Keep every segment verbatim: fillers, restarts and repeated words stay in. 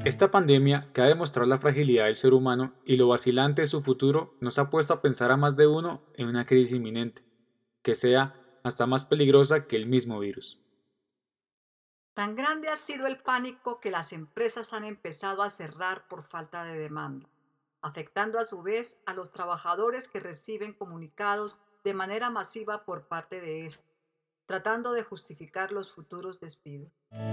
Esta pandemia, que ha demostrado la fragilidad del ser humano y lo vacilante de su futuro, nos ha puesto a pensar a más de uno en una crisis inminente, que sea hasta más peligrosa que el mismo virus. Tan grande ha sido el pánico que las empresas han empezado a cerrar por falta de demanda, afectando a su vez a los trabajadores que reciben comunicados de manera masiva por parte de esta, tratando de justificar los futuros despidos.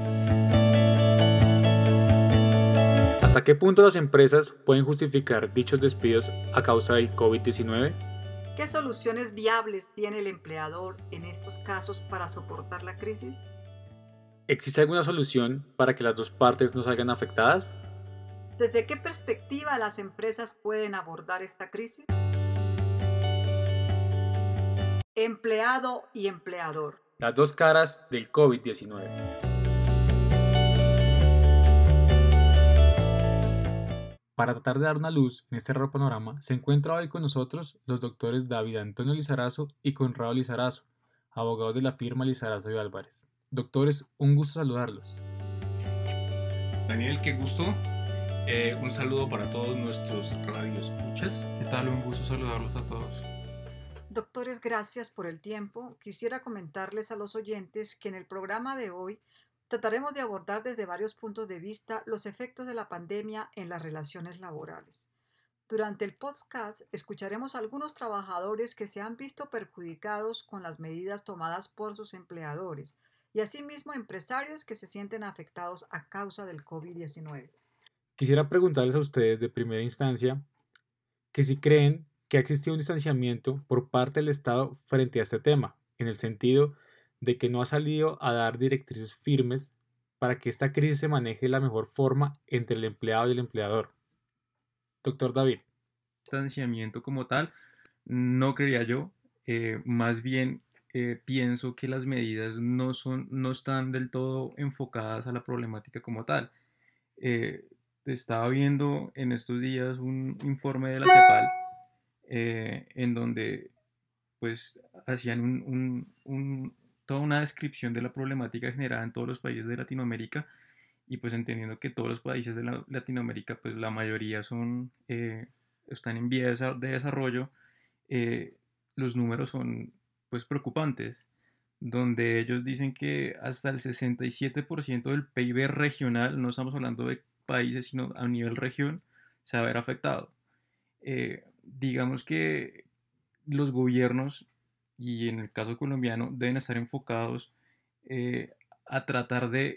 ¿Hasta qué punto las empresas pueden justificar dichos despidos a causa del COVID diecinueve? ¿Qué soluciones viables tiene el empleador en estos casos para soportar la crisis? ¿Existe alguna solución para que las dos partes no salgan afectadas? ¿Desde qué perspectiva las empresas pueden abordar esta crisis? Empleado y empleador. Las dos caras del COVID diecinueve. Para tratar de dar una luz en este raro panorama, se encuentra hoy con nosotros los doctores David Antonio Lizarazo y Conrado Lizarazo, abogados de la firma Lizarazo y Álvarez. Doctores, un gusto saludarlos. Daniel, qué gusto. Eh, un saludo para todos nuestros radioescuchas. ¿Qué tal? Un gusto saludarlos a todos. Doctores, gracias por el tiempo. Quisiera comentarles a los oyentes que en el programa de hoy trataremos de abordar desde varios puntos de vista los efectos de la pandemia en las relaciones laborales. Durante el podcast escucharemos a algunos trabajadores que se han visto perjudicados con las medidas tomadas por sus empleadores y asimismo empresarios que se sienten afectados a causa del COVID diecinueve. Quisiera preguntarles a ustedes de primera instancia que si creen que ha existido un distanciamiento por parte del Estado frente a este tema, en el sentido de que no ha salido a dar directrices firmes para que esta crisis se maneje de la mejor forma entre el empleado y el empleador. Doctor David. Distanciamiento como tal, no creería yo. Eh, más bien eh, pienso que las medidas no son, no están del todo enfocadas a la problemática como tal. Eh, Estaba viendo en estos días un informe de la CEPAL eh, en donde pues hacían un, un, un, toda una descripción de la problemática generada en todos los países de Latinoamérica y pues entendiendo que todos los países de la, Latinoamérica pues la mayoría son eh, están en vías de desarrollo, eh, los números son pues preocupantes, donde ellos dicen que hasta el sesenta y siete por ciento del P I B regional, no estamos hablando de países sino a nivel región, se va a ver afectado. Eh, digamos que los gobiernos, y en el caso colombiano, deben estar enfocados eh, a tratar de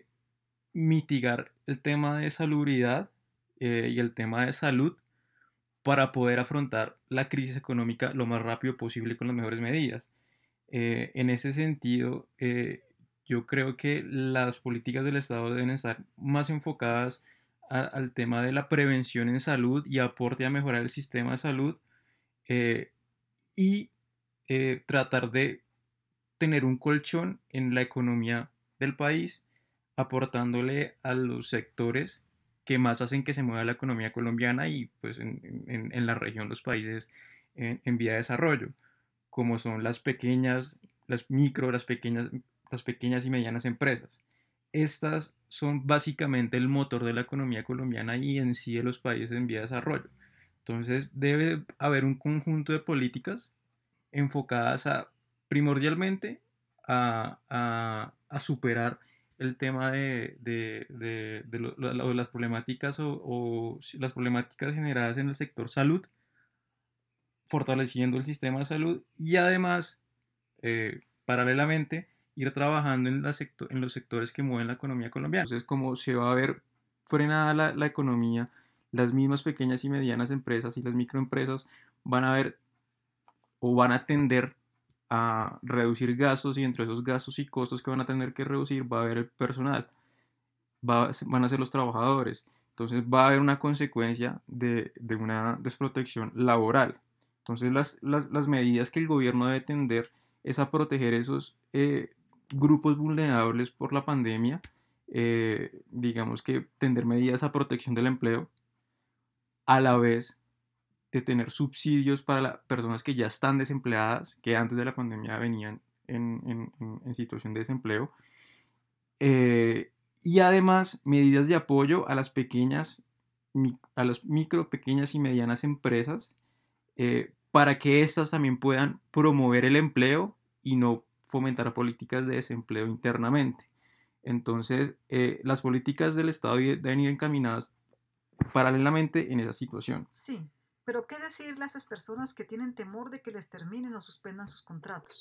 mitigar el tema de salubridad eh, y el tema de salud para poder afrontar la crisis económica lo más rápido posible con las mejores medidas. Eh, en ese sentido, eh, yo creo que las políticas del Estado deben estar más enfocadas a, al tema de la prevención en salud y aporte a mejorar el sistema de salud eh, y eh, tratar de tener un colchón en la economía del país, aportándole a los sectores que más hacen que se mueva la economía colombiana y pues en, en, en la región los países en, en, vía de desarrollo, como son las pequeñas, las micro, las pequeñas, las pequeñas y medianas empresas. Estas son básicamente el motor de la economía colombiana y en sí de los países en vía de desarrollo. Entonces debe haber un conjunto de políticas enfocadas a primordialmente a, a, a superar el tema de, de, de, de lo, lo, las problemáticas o, o, las problemáticas generadas en el sector salud, fortaleciendo el sistema de salud y además, eh, paralelamente, ir trabajando en, la sector, en los sectores que mueven la economía colombiana. Entonces, como se va a ver frenada la, la economía, las mismas pequeñas y medianas empresas y las microempresas van a ver o van a tender a reducir gastos y entre esos gastos y costos que van a tener que reducir va a haber el personal, va, van a ser los trabajadores. Entonces va a haber una consecuencia de, de una desprotección laboral. Entonces las, las, las, medidas que el gobierno debe tender es a proteger esos eh, grupos vulnerables por la pandemia, eh, digamos que tender medidas a protección del empleo, a la vez de tener subsidios para las personas que ya están desempleadas, que antes de la pandemia venían en, en, en situación de desempleo, eh, y además medidas de apoyo a las pequeñas, a las micro, pequeñas y medianas empresas eh, para que éstas también puedan promover el empleo y no fomentar políticas de desempleo internamente. Entonces, eh, las políticas del Estado deben ir encaminadas paralelamente en esa situación. Sí, pero ¿qué decirle a esas personas que tienen temor de que les terminen o suspendan sus contratos?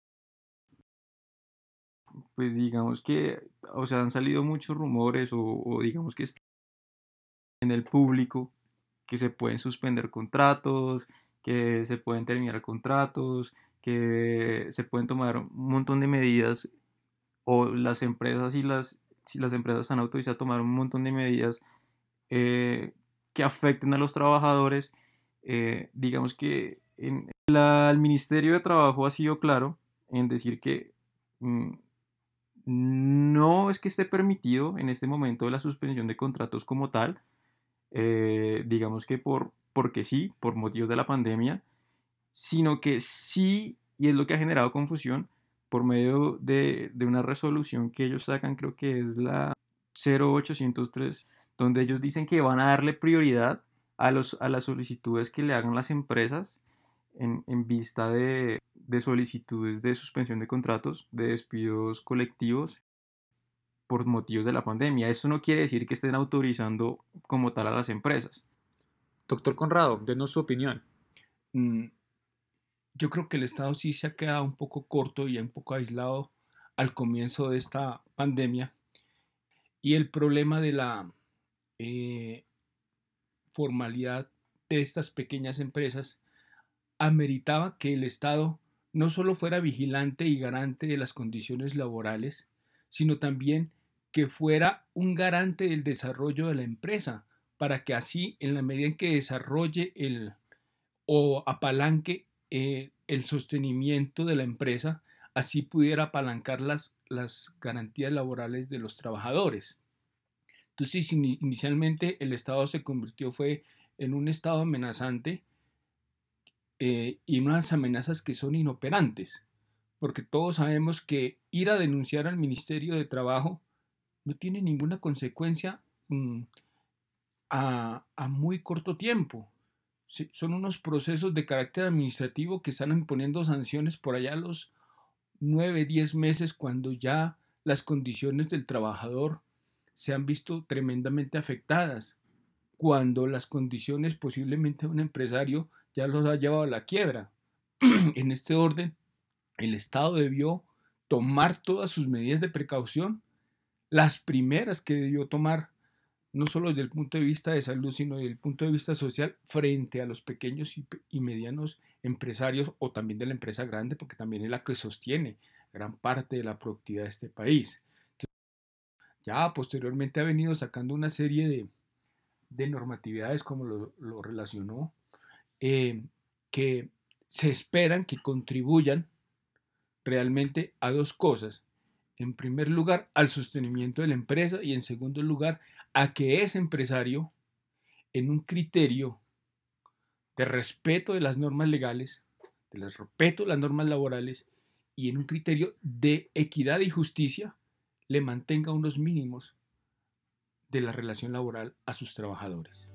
Pues digamos que, o sea, han salido muchos rumores o, o digamos que está en el público que se pueden suspender contratos, que se pueden terminar contratos, que se pueden tomar un montón de medidas o las empresas y las, si las empresas están autorizadas a tomar un montón de medidas eh, que afecten a los trabajadores. Eh, digamos que en la, el Ministerio de Trabajo ha sido claro en decir que mm, no es que esté permitido en este momento la suspensión de contratos como tal, eh, digamos que por, porque sí, por motivos de la pandemia, sino que sí, y es lo que ha generado confusión, por medio de, de una resolución que ellos sacan, creo que es la cero ochocientos tres, donde ellos dicen que van a darle prioridad a, los, a las solicitudes que le hagan las empresas en, en vista de, de solicitudes de suspensión de contratos, de despidos colectivos por motivos de la pandemia. Esto no quiere decir que estén autorizando como tal a las empresas. Doctor Conrado, denos su opinión. Mm, yo creo que el Estado sí se ha quedado un poco corto y un poco aislado al comienzo de esta pandemia. Y el problema de la eh, formalidad de estas pequeñas empresas ameritaba que el Estado no solo fuera vigilante y garante de las condiciones laborales, sino también que fuera un garante del desarrollo de la empresa, para que así, en la medida en que desarrolle el o apalanque eh, el sostenimiento de la empresa, así pudiera apalancar las, las garantías laborales de los trabajadores. Entonces, inicialmente el Estado se convirtió fue en un Estado amenazante eh, y unas amenazas que son inoperantes, porque todos sabemos que ir a denunciar al Ministerio de Trabajo no tiene ninguna consecuencia mmm, a, a muy corto tiempo. Sí, son unos procesos de carácter administrativo que están imponiendo sanciones por allá a los nueve, diez meses, cuando ya las condiciones del trabajador se han visto tremendamente afectadas, cuando las condiciones posiblemente de un empresario ya los ha llevado a la quiebra. En este orden, el Estado debió tomar todas sus medidas de precaución, las primeras que debió tomar, no solo desde el punto de vista de salud, sino desde el punto de vista social, frente a los pequeños y medianos empresarios, o también de la empresa grande, porque también es la que sostiene gran parte de la productividad de este país. Entonces, ya posteriormente ha venido sacando una serie de, de normatividades, como lo, lo relacionó, eh, que se esperan que contribuyan realmente a dos cosas. En primer lugar, al sostenimiento de la empresa, y en segundo lugar, a que ese empresario, en un criterio de respeto de las normas legales, de respeto de las normas laborales y en un criterio de equidad y justicia, le mantenga unos mínimos de la relación laboral a sus trabajadores.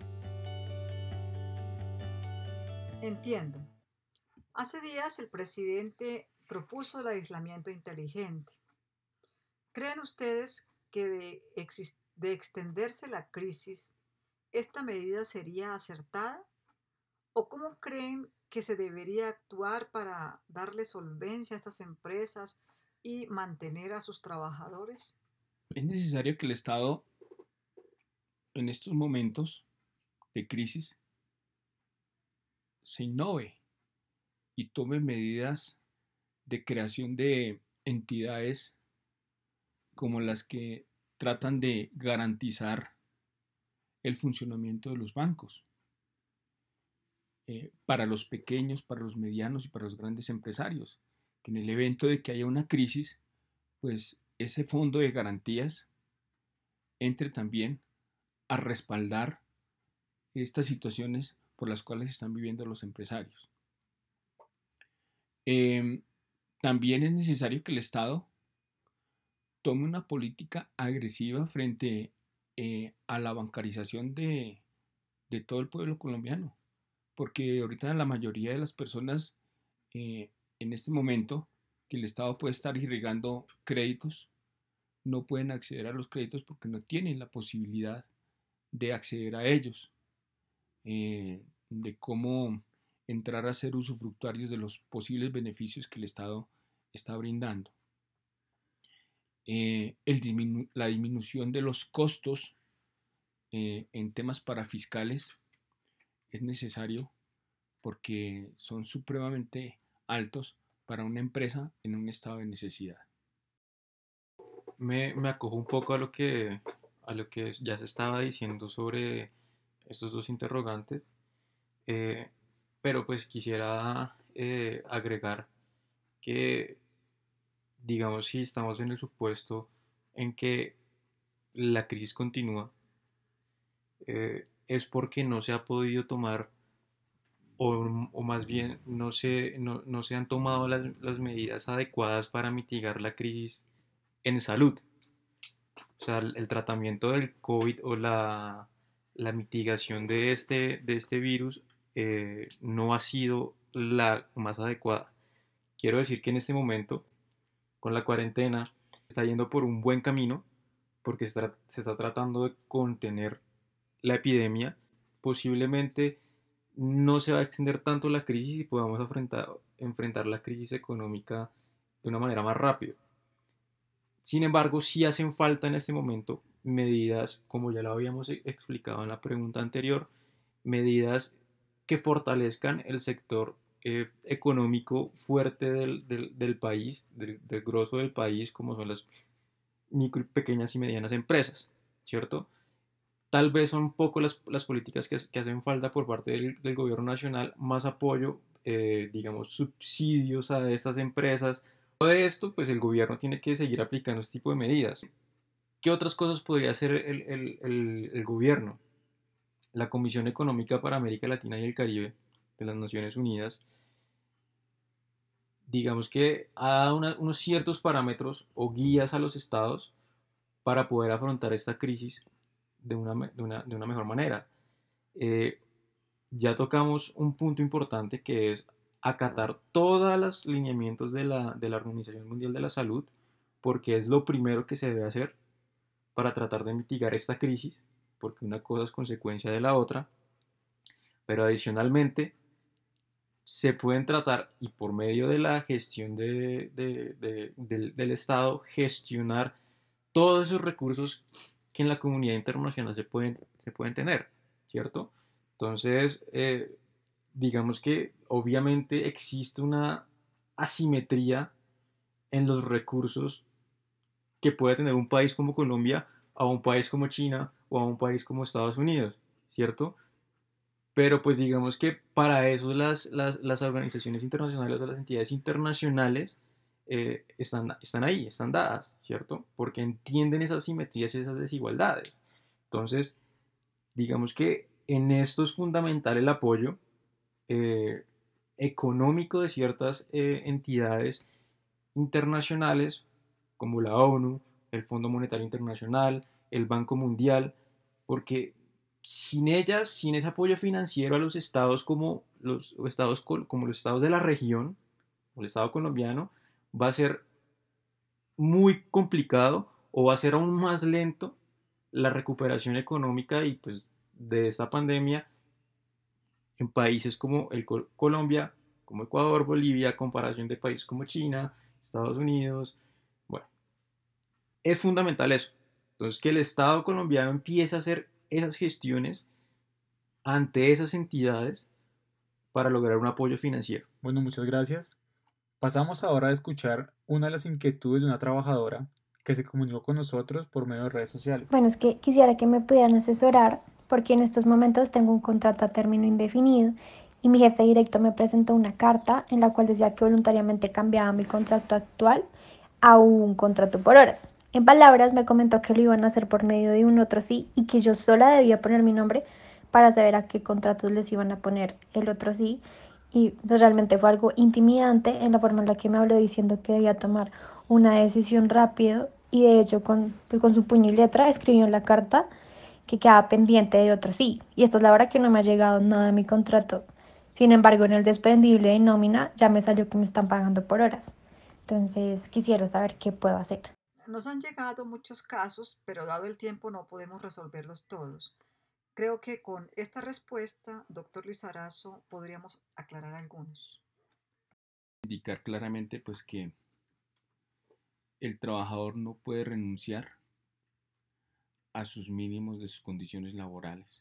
Entiendo. Hace días el presidente propuso el aislamiento inteligente. ¿Creen ustedes que de, exist- de extenderse la crisis, esta medida sería acertada? ¿O cómo creen que se debería actuar para darle solvencia a estas empresas y mantener a sus trabajadores? Es necesario que el Estado, en estos momentos de crisis, se innove y tome medidas de creación de entidades como las que tratan de garantizar el funcionamiento de los bancos eh, para los pequeños, para los medianos y para los grandes empresarios, que en el evento de que haya una crisis, pues ese fondo de garantías entre también a respaldar estas situaciones por las cuales están viviendo los empresarios. Eh, también es necesario que el Estado tome una política agresiva frente eh, a la bancarización de, de todo el pueblo colombiano, porque ahorita la mayoría de las personas eh, en este momento que el Estado puede estar irrigando créditos, no pueden acceder a los créditos porque no tienen la posibilidad de acceder a ellos, eh, de cómo entrar a ser usufructuarios de los posibles beneficios que el Estado está brindando. Eh, el disminu- la disminución de los costos eh, en temas parafiscales es necesario porque son supremamente altos para una empresa en un estado de necesidad. Me, me acojo un poco a lo que, a lo que ya se estaba diciendo sobre estos dos interrogantes, eh, pero pues quisiera eh, agregar que, digamos, si estamos en el supuesto en que la crisis continúa, eh, es porque no se ha podido tomar, o, o más bien no se, no, no se han tomado las, las medidas adecuadas para mitigar la crisis en salud. O sea, el, el tratamiento del COVID o la, la mitigación de este, de este virus eh, no ha sido la más adecuada. Quiero decir que en este momento, con la cuarentena, está yendo por un buen camino porque se, tra- se está tratando de contener la epidemia. Posiblemente no se va a extender tanto la crisis y podamos enfrentar, enfrentar la crisis económica de una manera más rápida. Sin embargo, sí hacen falta en este momento medidas, como ya lo habíamos e- explicado en la pregunta anterior, medidas que fortalezcan el sector eh, económico fuerte del, del- del país, del, del grosso del país, como son las micro, pequeñas y medianas empresas, ¿cierto? Tal vez son un poco las, las políticas que, que hacen falta por parte del, del gobierno nacional, más apoyo, eh, digamos, subsidios a estas empresas. De esto, pues el gobierno tiene que seguir aplicando este tipo de medidas. ¿Qué otras cosas podría hacer el, el, el, el gobierno? La Comisión Económica para América Latina y el Caribe de las Naciones Unidas, digamos que ha dado una, unos ciertos parámetros o guías a los estados para poder afrontar esta crisis de una, de una, de una mejor manera. Eh, ya tocamos un punto importante que es acatar todos los lineamientos de la, de la Organización Mundial de la Salud, porque es lo primero que se debe hacer para tratar de mitigar esta crisis, porque una cosa es consecuencia de la otra, pero adicionalmente se pueden tratar y por medio de la gestión de, de, de, del, del Estado, gestionar todos esos recursos que en la comunidad internacional se pueden, se pueden tener, ¿cierto? Entonces, eh, digamos que obviamente existe una asimetría en los recursos que puede tener un país como Colombia a un país como China o a un país como Estados Unidos, ¿cierto? Pero pues digamos que para eso las, las, las organizaciones internacionales o las entidades internacionales eh, están, están ahí, están dadas, ¿cierto? Porque entienden esas simetrías y esas desigualdades. Entonces, digamos que en esto es fundamental el apoyo eh, económico de ciertas eh, entidades internacionales como la ONU, el Fondo Monetario Internacional, el Banco Mundial, porque sin ellas, sin ese apoyo financiero a los estados como los estados, como los estados de la región, o el estado colombiano, va a ser muy complicado o va a ser aún más lento la recuperación económica y pues de esta pandemia en países como el Col Colombia, como Ecuador, Bolivia, a comparación de países como China, Estados Unidos. Bueno, es fundamental eso. Entonces, que el Estado colombiano empiece a hacer esas gestiones ante esas entidades para lograr un apoyo financiero. Bueno, muchas gracias. Pasamos ahora a escuchar una de las inquietudes de una trabajadora que se comunicó con nosotros por medio de redes sociales. Bueno, es que quisiera que me pudieran asesorar porque en estos momentos tengo un contrato a término indefinido y mi jefe directo me presentó una carta en la cual decía que voluntariamente cambiaba mi contrato actual a un contrato por horas. En palabras me comentó que lo iban a hacer por medio de un otro sí y que yo sola debía poner mi nombre para saber a qué contratos les iban a poner el otro sí. Y pues realmente fue algo intimidante en la forma en la que me habló diciendo que debía tomar una decisión rápido y de hecho con, pues, con su puño y letra escribió en la carta que quedaba pendiente de otro sí. Y esta es la hora que no me ha llegado nada de mi contrato. Sin embargo, en el desprendible de nómina ya me salió que me están pagando por horas. Entonces quisiera saber qué puedo hacer. Nos han llegado muchos casos, pero dado el tiempo no podemos resolverlos todos. Creo que con esta respuesta, doctor Lizarazo, podríamos aclarar algunos. Indicar claramente pues que el trabajador no puede renunciar a sus mínimos de sus condiciones laborales.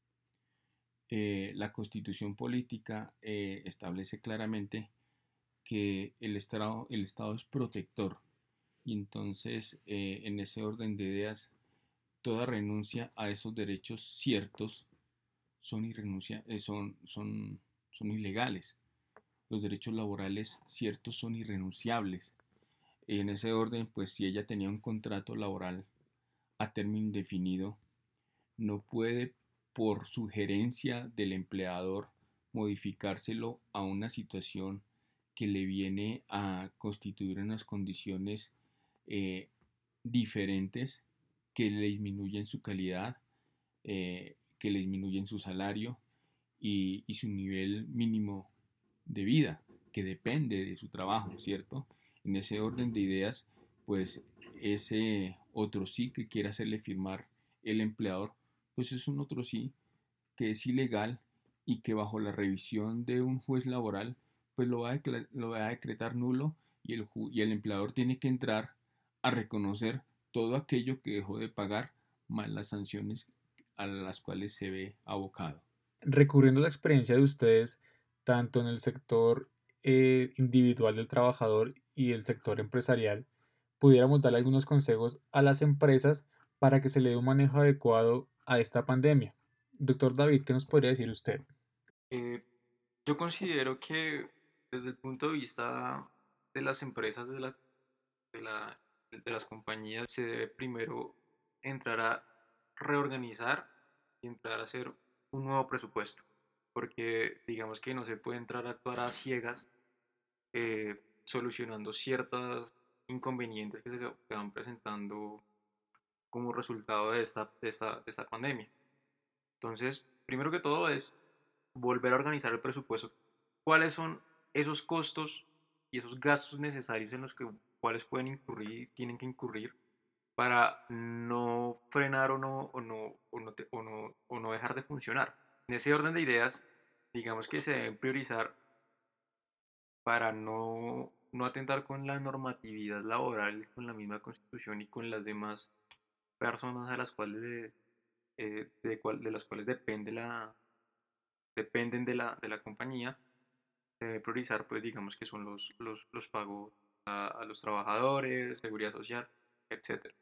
Eh, la Constitución política eh, establece claramente que el Estado, el Estado es protector y entonces eh, en ese orden de ideas toda renuncia a esos derechos ciertos son, irrenuncia, eh, son, son, son ilegales. Los derechos laborales ciertos son irrenunciables. En ese orden, pues si ella tenía un contrato laboral a término indefinido, no puede por sugerencia del empleador modificárselo a una situación que le viene a constituir unas condiciones eh, diferentes que le disminuyen su calidad, eh, que le disminuyen su salario y, y su nivel mínimo de vida, que depende de su trabajo, ¿cierto? En ese orden de ideas, pues ese otro sí que quiere hacerle firmar el empleador, pues es un otro sí que es ilegal y que bajo la revisión de un juez laboral, pues lo va a, lo va a decretar nulo y el, y el empleador tiene que entrar a reconocer todo aquello que dejó de pagar, más las sanciones a las cuales se ve abocado. Recurriendo a la experiencia de ustedes, tanto en el sector eh, individual del trabajador y el sector empresarial, pudiéramos darle algunos consejos a las empresas para que se le dé un manejo adecuado a esta pandemia. Doctor David, ¿qué nos podría decir usted? Eh, yo considero que desde el punto de vista de las empresas, de, la, de, la, de las compañías, se debe primero entrar a reorganizar y entrar a hacer un nuevo presupuesto. Porque digamos que no se puede entrar a actuar a ciegas eh, solucionando ciertos inconvenientes que se van presentando como resultado de esta, de esta, de esta pandemia. Entonces, primero que todo es volver a organizar el presupuesto. ¿Cuáles son esos costos y esos gastos necesarios en los que cuáles pueden incurrir, tienen que incurrir para no frenar o no, o no, o no, te, o no, o no dejar de funcionar? En ese orden de ideas, digamos que se deben priorizar para no, no atentar con la normatividad laboral, con la misma constitución y con las demás personas a las cuales de, eh, de, cual, de las cuales depende la, dependen de la, de la compañía. Se debe priorizar, pues digamos que son los, los, los pagos a, a los trabajadores, seguridad social, etcétera.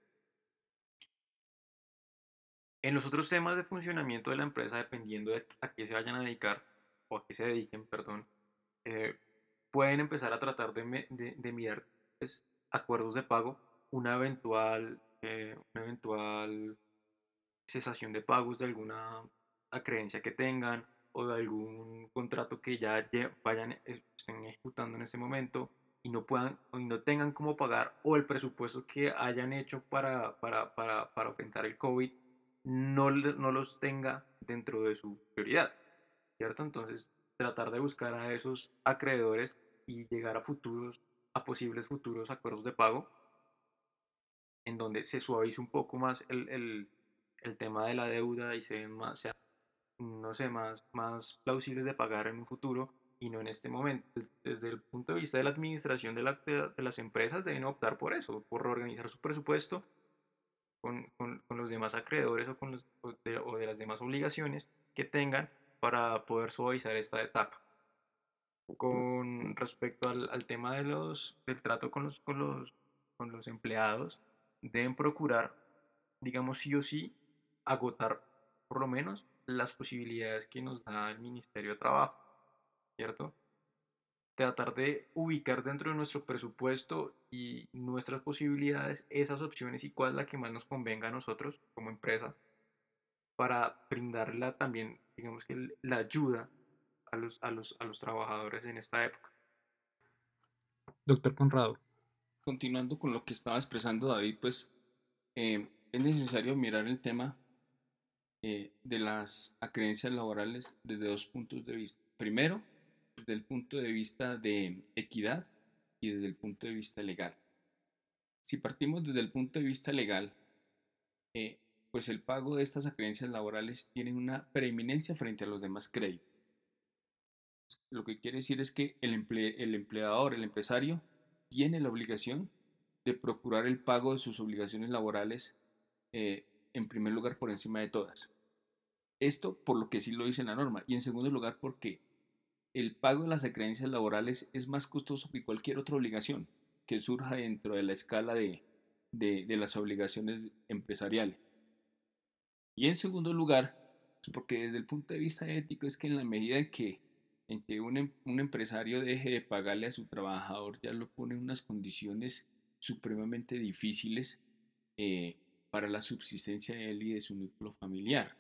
En los otros temas de funcionamiento de la empresa, dependiendo de a qué se vayan a dedicar, o a qué se dediquen, perdón, eh, pueden empezar a tratar de, de, de mirar pues, acuerdos de pago, una eventual, eh, una eventual cesación de pagos de alguna acreencia que tengan o de algún contrato que ya vayan estén ejecutando en ese momento y no puedan y no tengan cómo pagar, o el presupuesto que hayan hecho para, para, para, para enfrentar el COVID no, no los tenga dentro de su prioridad, ¿cierto? Entonces tratar de buscar a esos acreedores y llegar a futuros, a posibles futuros acuerdos de pago en donde se suavice un poco más el, el, el tema de la deuda y se más, sea, no sé, más, más plausibles de pagar en un futuro y no en este momento. Desde el punto de vista de la administración de, la, de, de las empresas, deben optar por eso, por reorganizar su presupuesto con, con, con los demás acreedores o, con los, o, de, o de las demás obligaciones que tengan para poder suavizar esta etapa. Con respecto al, al tema de los, del trato con los, con, los, con los empleados, deben procurar, digamos, sí o sí, agotar por lo menos las posibilidades que nos da el Ministerio de Trabajo, ¿cierto? Tratar de ubicar dentro de nuestro presupuesto y nuestras posibilidades esas opciones y cuál es la que más nos convenga a nosotros como empresa para brindarla también, digamos que la ayuda a los, a los, a los trabajadores en esta época. Doctor Conrado. Continuando con lo que estaba expresando David, pues eh, es necesario mirar el tema eh, de las acreencias laborales desde dos puntos de vista. Primero, desde el punto de vista de equidad y desde el punto de vista legal. Si partimos desde el punto de vista legal, eh, pues el pago de estas acreencias laborales tiene una preeminencia frente a los demás créditos. Lo que quiere decir es que el, emple el empleador, el empresario, tiene la obligación de procurar el pago de sus obligaciones laborales eh, en primer lugar por encima de todas. Esto por lo que sí lo dice la norma. Y en segundo lugar porque el pago de las acreencias laborales es más costoso que cualquier otra obligación que surja dentro de la escala de, de, de las obligaciones empresariales. Y en segundo lugar, porque desde el punto de vista ético es que en la medida en que, en que un, un empresario deje de pagarle a su trabajador, ya lo pone en unas condiciones supremamente difíciles eh, para la subsistencia de él y de su núcleo familiar.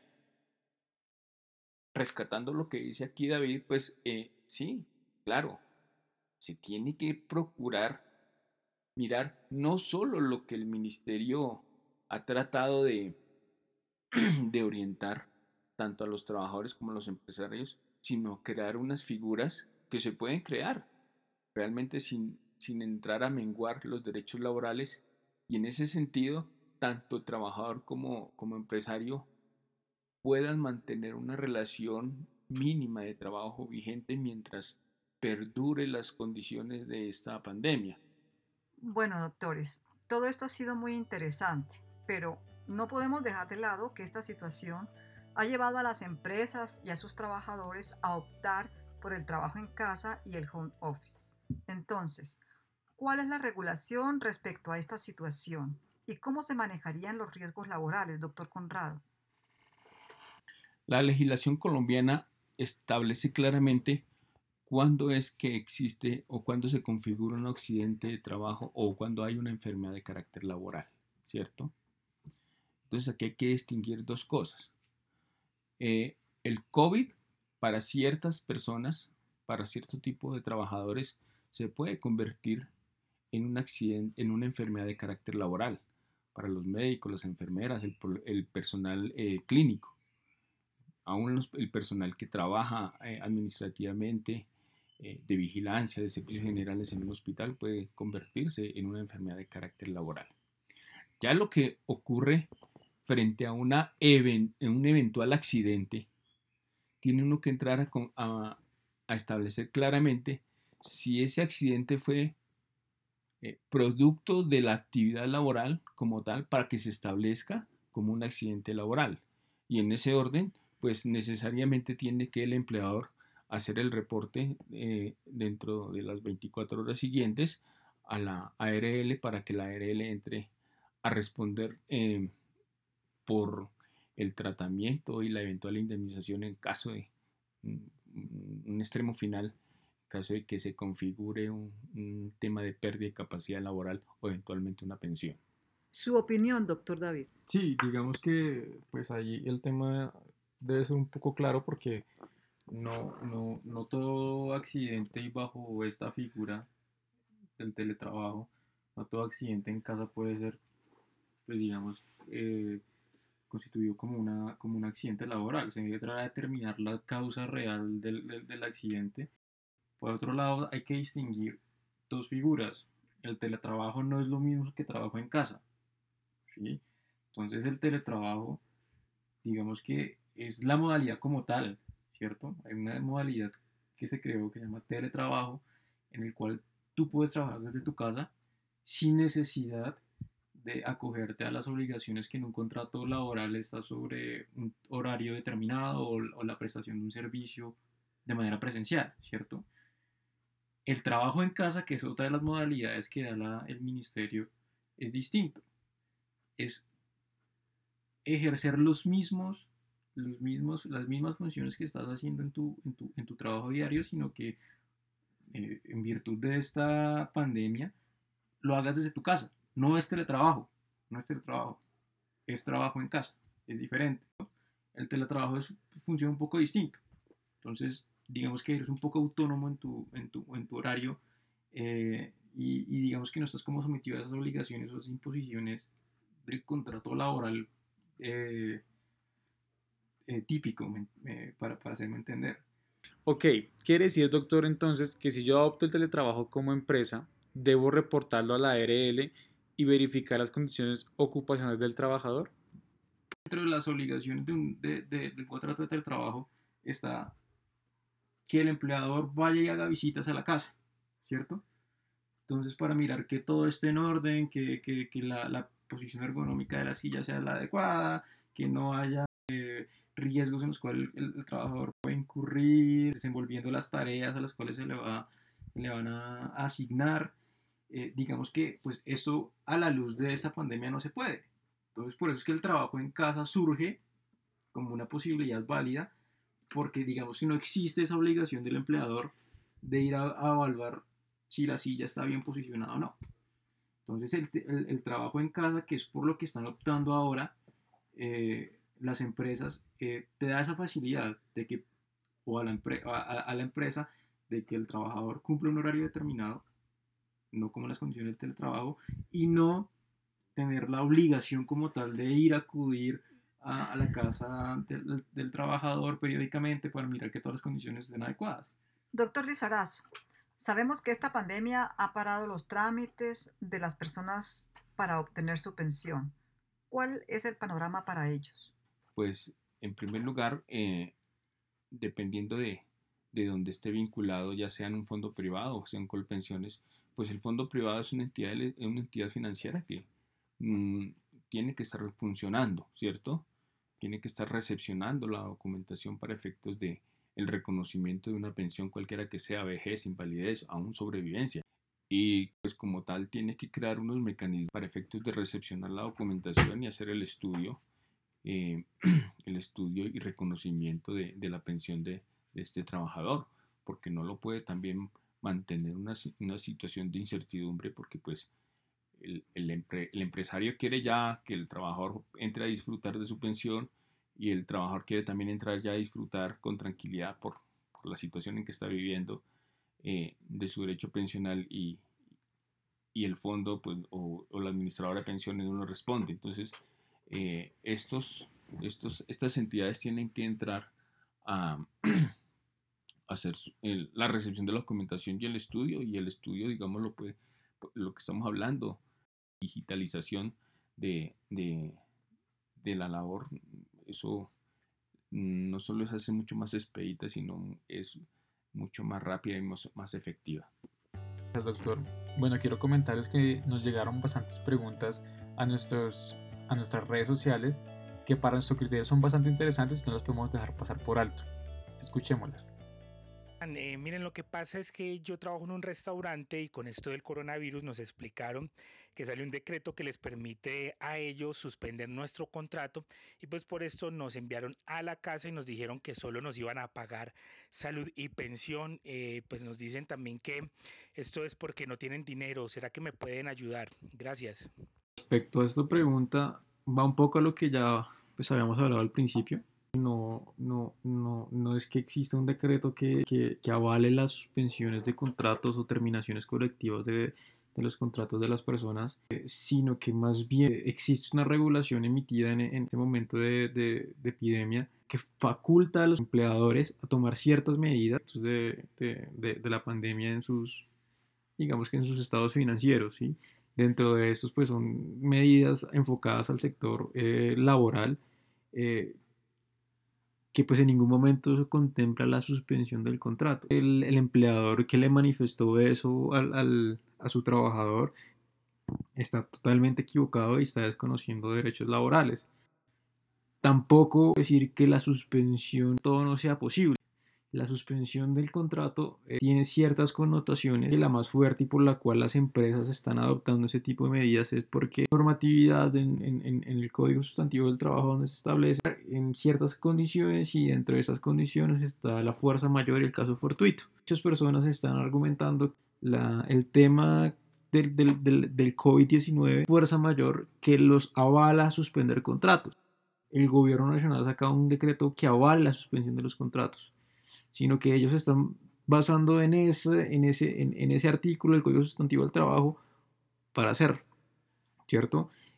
Rescatando lo que dice aquí David, pues eh, sí, claro, se tiene que procurar mirar no solo lo que el ministerio ha tratado de, de orientar tanto a los trabajadores como a los empresarios, sino crear unas figuras que se pueden crear realmente sin, sin entrar a menguar los derechos laborales y en ese sentido, tanto trabajador como, como empresario puedan mantener una relación mínima de trabajo vigente mientras perdure las condiciones de esta pandemia. Bueno, doctores, todo esto ha sido muy interesante, pero no podemos dejar de lado que esta situación ha llevado a las empresas y a sus trabajadores a optar por el trabajo en casa y el home office. Entonces, ¿cuál es la regulación respecto a esta situación? ¿Y cómo se manejarían los riesgos laborales, doctor Conrado? La legislación colombiana establece claramente cuándo es que existe o cuándo se configura un accidente de trabajo o cuándo hay una enfermedad de carácter laboral, ¿cierto? Entonces aquí hay que distinguir dos cosas. Eh, el COVID para ciertas personas, para cierto tipo de trabajadores, se puede convertir en un accidente, en una enfermedad de carácter laboral para los médicos, las enfermeras, el, el personal eh, clínico. Aún los, el personal que trabaja eh, administrativamente, eh, de vigilancia, de servicios generales en un hospital puede convertirse en una enfermedad de carácter laboral. Ya lo que ocurre frente a una even, un eventual accidente, tiene uno que entrar a, a, a establecer claramente si ese accidente fue eh, producto de la actividad laboral como tal para que se establezca como un accidente laboral. Y en ese orden, pues necesariamente tiene que el empleador hacer el reporte eh, dentro de las veinticuatro horas siguientes a la A R L para que la A R L entre a responder eh, por el tratamiento y la eventual indemnización en caso de un, un extremo final, en caso de que se configure un, un tema de pérdida de capacidad laboral o eventualmente una pensión. Su opinión, doctor David. Sí, digamos que pues ahí el tema debe ser un poco claro porque no, no, no todo accidente y bajo esta figura del teletrabajo, no todo accidente en casa puede ser, pues digamos, eh, constituido como, una, como un accidente laboral. Se debe tratar de determinar la causa real del, del, del accidente. Por otro lado, hay que distinguir dos figuras. El teletrabajo no es lo mismo que trabajo en casa, ¿sí? Entonces el teletrabajo, digamos que es la modalidad como tal, ¿cierto? Hay una modalidad que se creó que se llama teletrabajo, en el cual tú puedes trabajar desde tu casa sin necesidad de acogerte a las obligaciones que en un contrato laboral está sobre un horario determinado o, o la prestación de un servicio de manera presencial, ¿cierto? El trabajo en casa, que es otra de las modalidades que da la, el ministerio, es distinto. Es ejercer los mismos, los mismos, las mismas funciones que estás haciendo en tu, en tu, en tu trabajo diario, sino que eh, en virtud de esta pandemia lo hagas desde tu casa. No es teletrabajo, no es teletrabajo, es trabajo en casa, es diferente, ¿no? El teletrabajo es, funciona un poco distinto. Entonces, digamos que eres un poco autónomo en tu, en tu, en tu horario eh, y, y digamos que no estás como sometido a esas obligaciones o esas imposiciones del contrato laboral eh, eh, típico, me, me, para, para hacerme entender. Ok, quiere decir, doctor, entonces que si yo adopto el teletrabajo como empresa, debo reportarlo a la A R L y verificar las condiciones ocupacionales del trabajador. Dentro de las obligaciones de un, de, de, del contrato de teletrabajo está que el empleador vaya y haga visitas a la casa, ¿cierto? Entonces, para mirar que todo esté en orden, que, que, que la, la posición ergonómica de la silla sea la adecuada, que no haya eh, riesgos en los cuales el, el trabajador puede incurrir, desenvolviendo las tareas a las cuales se le, va, le van a asignar. Eh, digamos que pues eso a la luz de esta pandemia no se puede. Entonces, por eso es que el trabajo en casa surge como una posibilidad válida, porque digamos que no existe esa obligación del empleador de ir a, a evaluar si la silla está bien posicionada o no. Entonces el, el, el trabajo en casa, que es por lo que están optando ahora eh, las empresas, eh, te da esa facilidad de que, o a la, empre, a, a la empresa, de que el trabajador cumpla un horario determinado, no como las condiciones del teletrabajo, y no tener la obligación como tal de ir a acudir a, a la casa del, del trabajador periódicamente para mirar que todas las condiciones estén adecuadas. Doctor Lizarazo, sabemos que esta pandemia ha parado los trámites de las personas para obtener su pensión. ¿Cuál es el panorama para ellos? Pues, en primer lugar, eh, dependiendo de, de dónde esté vinculado, ya sea en un fondo privado o sea en Colpensiones, pues el fondo privado es una entidad, una entidad financiera que mmm, tiene que estar funcionando, ¿cierto? Tiene que estar recepcionando la documentación para efectos de el reconocimiento de una pensión cualquiera que sea, vejez, invalidez, aún sobrevivencia. Y pues como tal tiene que crear unos mecanismos para efectos de recepcionar la documentación y hacer el estudio, eh, el estudio y reconocimiento de, de la pensión de, de este trabajador, porque no lo puede también mantener una, una situación de incertidumbre, porque pues el, el, empre, el empresario quiere ya que el trabajador entre a disfrutar de su pensión, y el trabajador quiere también entrar ya a disfrutar con tranquilidad por, por la situación en que está viviendo eh, de su derecho pensional, y, y el fondo pues, o, o la administradora de pensiones no responde. Entonces eh, estos, estos, estas entidades tienen que entrar a, a hacer el, la recepción de la documentación y el estudio, y el estudio, digamos, lo, puede, lo que estamos hablando, digitalización de, de, de la labor. Eso no solo se hace mucho más expedita, sino es mucho más rápida y más, más efectiva. Gracias, doctor. Bueno, quiero comentarles que nos llegaron bastantes preguntas a, nuestros, a nuestras redes sociales que para nuestro criterio son bastante interesantes y no las podemos dejar pasar por alto. Escuchémoslas. Eh, miren, lo que pasa es que yo trabajo en un restaurante y con esto del coronavirus nos explicaron que salió un decreto que les permite a ellos suspender nuestro contrato, y pues por esto nos enviaron a la casa y nos dijeron que solo nos iban a pagar salud y pensión. Eh, pues nos dicen también que esto es porque no tienen dinero. ¿Será que me pueden ayudar? Gracias. Respecto a esta pregunta, va un poco a lo que ya pues habíamos hablado al principio. No, no, no, no es que exista un decreto que, que, que avale las suspensiones de contratos o terminaciones colectivas de, de los contratos de las personas, eh, sino que más bien existe una regulación emitida en, en este momento de, de, de epidemia que faculta a los empleadores a tomar ciertas medidas de, de, de, de la pandemia en sus, digamos que en sus estados financieros, ¿sí? Dentro de estos pues son medidas enfocadas al sector eh, laboral, eh, que pues en ningún momento se contempla la suspensión del contrato. El, el empleador que le manifestó eso al, al, a su trabajador está totalmente equivocado y está desconociendo derechos laborales. Tampoco decir que la suspensión todo no sea posible. La suspensión del contrato eh, tiene ciertas connotaciones, y la más fuerte y por la cual las empresas están adoptando ese tipo de medidas es porque hay normatividad en, en, en el Código Sustantivo del Trabajo donde se establece en ciertas condiciones, y dentro de esas condiciones está la fuerza mayor y el caso fortuito. Muchas personas están argumentando la, el tema del, del, del, del COVID diecinueve, fuerza mayor que los avala a suspender contratos. El gobierno nacional ha sacado un decreto que avala la suspensión de los contratos, sino que ellos están basando en ese, en ese, en, en ese artículo del Código Sustantivo del Trabajo para hacerlo, ¿cierto?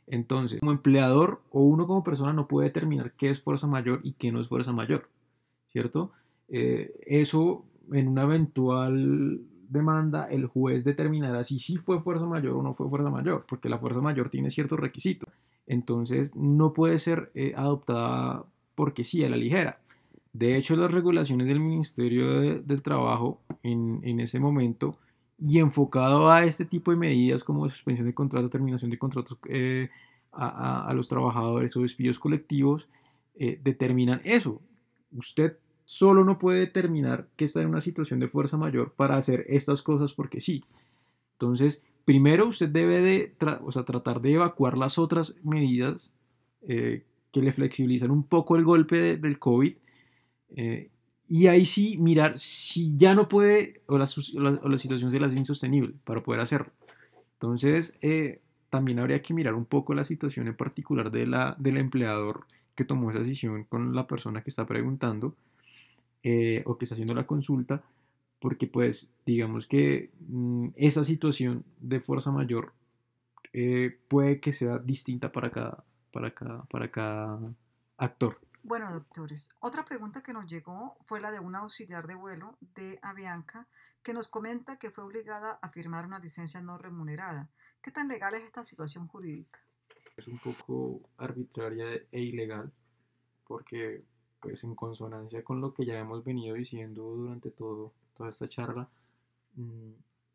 Entonces, como empleador o uno como persona no puede determinar qué es fuerza mayor y qué no es fuerza mayor, ¿cierto? Eh, eso en una eventual demanda el juez determinará si sí fue fuerza mayor o no fue fuerza mayor, porque la fuerza mayor tiene ciertos requisitos. Entonces no puede ser eh, adoptada porque sí, a la ligera. De hecho, las regulaciones del Ministerio de, del Trabajo en, en ese momento y enfocado a este tipo de medidas como suspensión de contrato, terminación de contratos eh, a, a, a, los trabajadores o despidos colectivos, eh, determinan eso. Usted solo no puede determinar que está en una situación de fuerza mayor para hacer estas cosas porque sí. Entonces, primero usted debe de tra o sea, tratar de evacuar las otras medidas eh, que le flexibilizan un poco el golpe de, del COVID. Eh, y ahí sí mirar si ya no puede o la, o la, o la situación se la hace insostenible para poder hacerlo. Entonces, eh, también habría que mirar un poco la situación en particular de la, del empleador que tomó esa decisión con la persona que está preguntando eh, o que está haciendo la consulta, porque pues digamos que mmm, esa situación de fuerza mayor eh, puede que sea distinta para cada, para cada, para cada actor. Bueno, doctores, otra pregunta que nos llegó fue la de una auxiliar de vuelo de Avianca que nos comenta que fue obligada a firmar una licencia no remunerada. ¿Qué tan legal es esta situación jurídica? Es un poco arbitraria e ilegal porque pues en consonancia con lo que ya hemos venido diciendo durante todo, toda esta charla, mmm,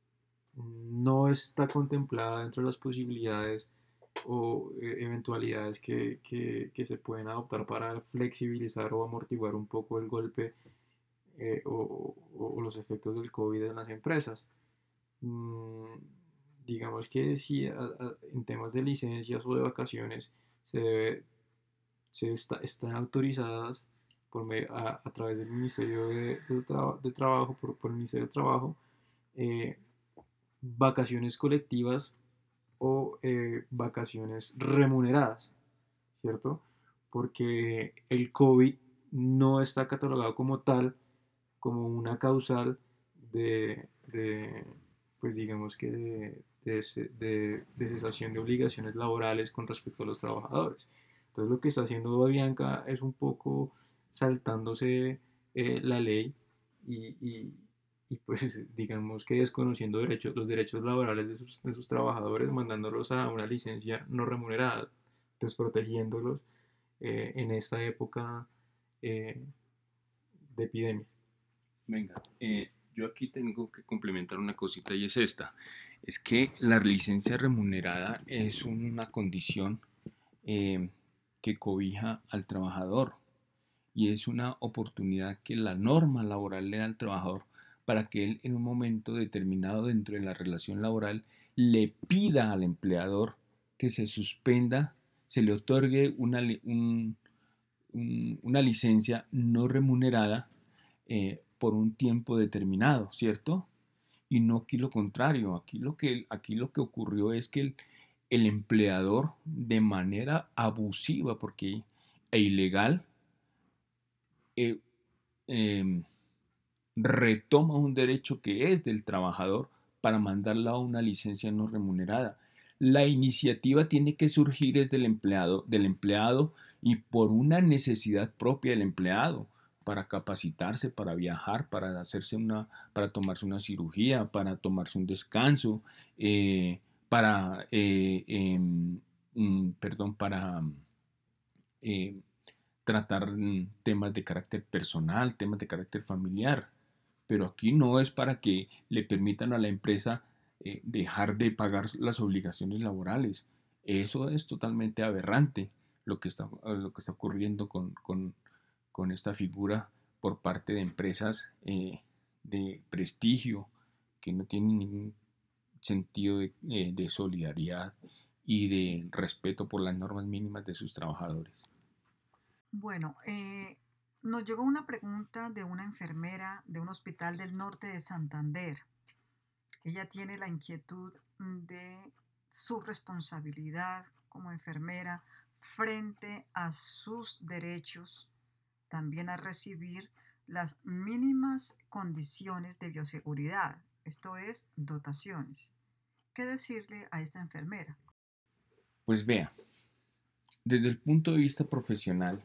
no está contemplada dentro de las posibilidades o eh, eventualidades que, que, que, se pueden adoptar para flexibilizar o amortiguar un poco el golpe eh, o, o, o, los efectos del COVID en las empresas. Mm, digamos que si a, a, en temas de licencias o de vacaciones se, debe, se está, están autorizadas por medio, a, a través del Ministerio de, de, Tra de Trabajo, por, por el Ministerio de Trabajo, eh, vacaciones colectivas o eh, vacaciones remuneradas, ¿cierto? Porque el COVID no está catalogado como tal, como una causal de, de pues digamos que de, de, de, de cesación de obligaciones laborales con respecto a los trabajadores. Entonces lo que está haciendo Avianca es un poco saltándose eh, la ley y, y, y pues digamos que desconociendo derechos, los derechos laborales de sus, de sus trabajadores, mandándolos a una licencia no remunerada, desprotegiéndolos eh, en esta época eh, de epidemia. Venga, eh, yo aquí tengo que complementar una cosita y es esta, es que la licencia remunerada es una condición eh, que cobija al trabajador y es una oportunidad que la norma laboral le da al trabajador para que él en un momento determinado dentro de la relación laboral le pida al empleador que se suspenda, se le otorgue una, un, un, una licencia no remunerada eh, por un tiempo determinado, ¿cierto? Y no aquí lo contrario, aquí lo que, aquí lo que ocurrió es que el, el empleador de manera abusiva porque, e ilegal eh, eh, retoma un derecho que es del trabajador para mandarla a una licencia no remunerada. La iniciativa tiene que surgir desde el empleado, del empleado y por una necesidad propia del empleado para capacitarse, para viajar, para hacerse una, para tomarse una cirugía, para tomarse un descanso, eh, para, eh, eh, mm, perdón, para eh, tratar temas de carácter personal, temas de carácter familiar. Pero aquí no es para que le permitan a la empresa eh, dejar de pagar las obligaciones laborales. Eso es totalmente aberrante lo que está, lo que está ocurriendo con, con, con esta figura por parte de empresas eh, de prestigio que no tienen ningún sentido de, eh, de solidaridad y de respeto por las normas mínimas de sus trabajadores. Bueno, eh, nos llegó una pregunta de una enfermera de un hospital del norte de Santander. Ella tiene la inquietud de su responsabilidad como enfermera frente a sus derechos, también a recibir las mínimas condiciones de bioseguridad, esto es, dotaciones. ¿Qué decirle a esta enfermera? Pues vea, desde el punto de vista profesional,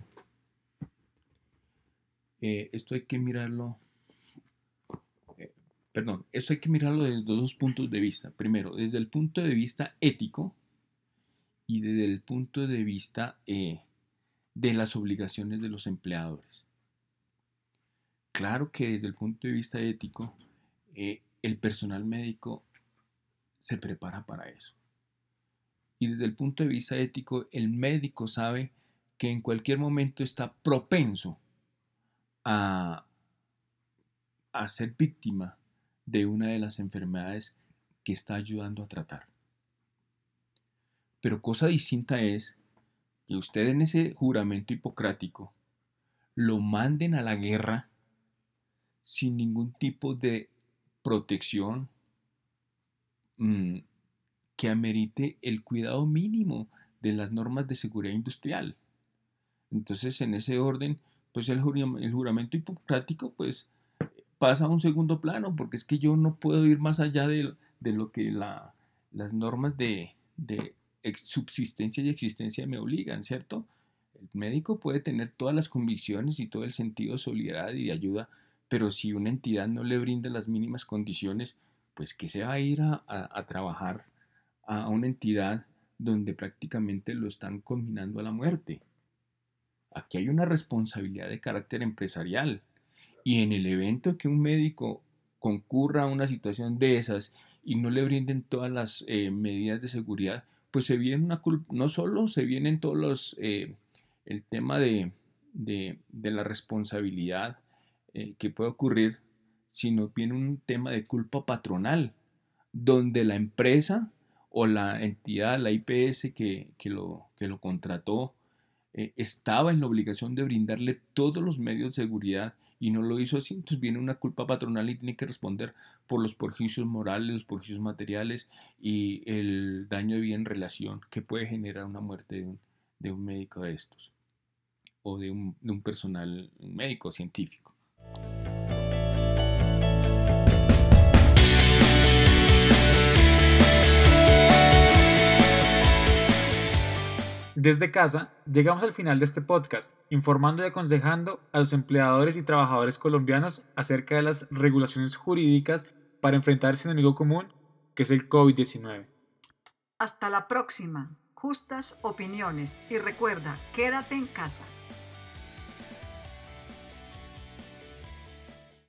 eh, esto hay que mirarlo, eh, perdón, esto hay que mirarlo desde dos puntos de vista. Primero, desde el punto de vista ético y desde el punto de vista eh, de las obligaciones de los empleadores. Claro que desde el punto de vista ético, eh, el personal médico se prepara para eso. Y desde el punto de vista ético, el médico sabe que en cualquier momento está propenso a, a ser víctima de una de las enfermedades que está ayudando a tratar. Pero cosa distinta es que usted en ese juramento hipocrático lo manden a la guerra sin ningún tipo de protección mmm, que amerite el cuidado mínimo de las normas de seguridad industrial. Entonces, en ese orden, pues el, jur- el juramento hipocrático pues pasa a un segundo plano, porque es que yo no puedo ir más allá de, de lo que la, las normas de, de ex- subsistencia y existencia me obligan, ¿cierto? El médico puede tener todas las convicciones y todo el sentido de solidaridad y de ayuda, pero si una entidad no le brinda las mínimas condiciones, pues que se va a ir a, a, a trabajar a una entidad donde prácticamente lo están conminando a la muerte. Aquí hay una responsabilidad de carácter empresarial y en el evento que un médico concurra a una situación de esas y no le brinden todas las eh, medidas de seguridad, pues se viene una culpa, no solo se vienen todos los, eh, el tema de, de, de la responsabilidad eh, que puede ocurrir, sino viene un tema de culpa patronal, donde la empresa o la entidad, la I P S que, que, lo, que lo contrató, eh, estaba en la obligación de brindarle todos los medios de seguridad y no lo hizo así, entonces viene una culpa patronal y tiene que responder por los perjuicios morales, los perjuicios materiales y el daño de vida en relación que puede generar una muerte de un, de un médico de estos o de un, de un personal médico científico. Desde casa, llegamos al final de este podcast, informando y aconsejando a los empleadores y trabajadores colombianos acerca de las regulaciones jurídicas para enfrentar ese enemigo común que es el COVID diecinueve. Hasta la próxima. Justas opiniones y recuerda, quédate en casa.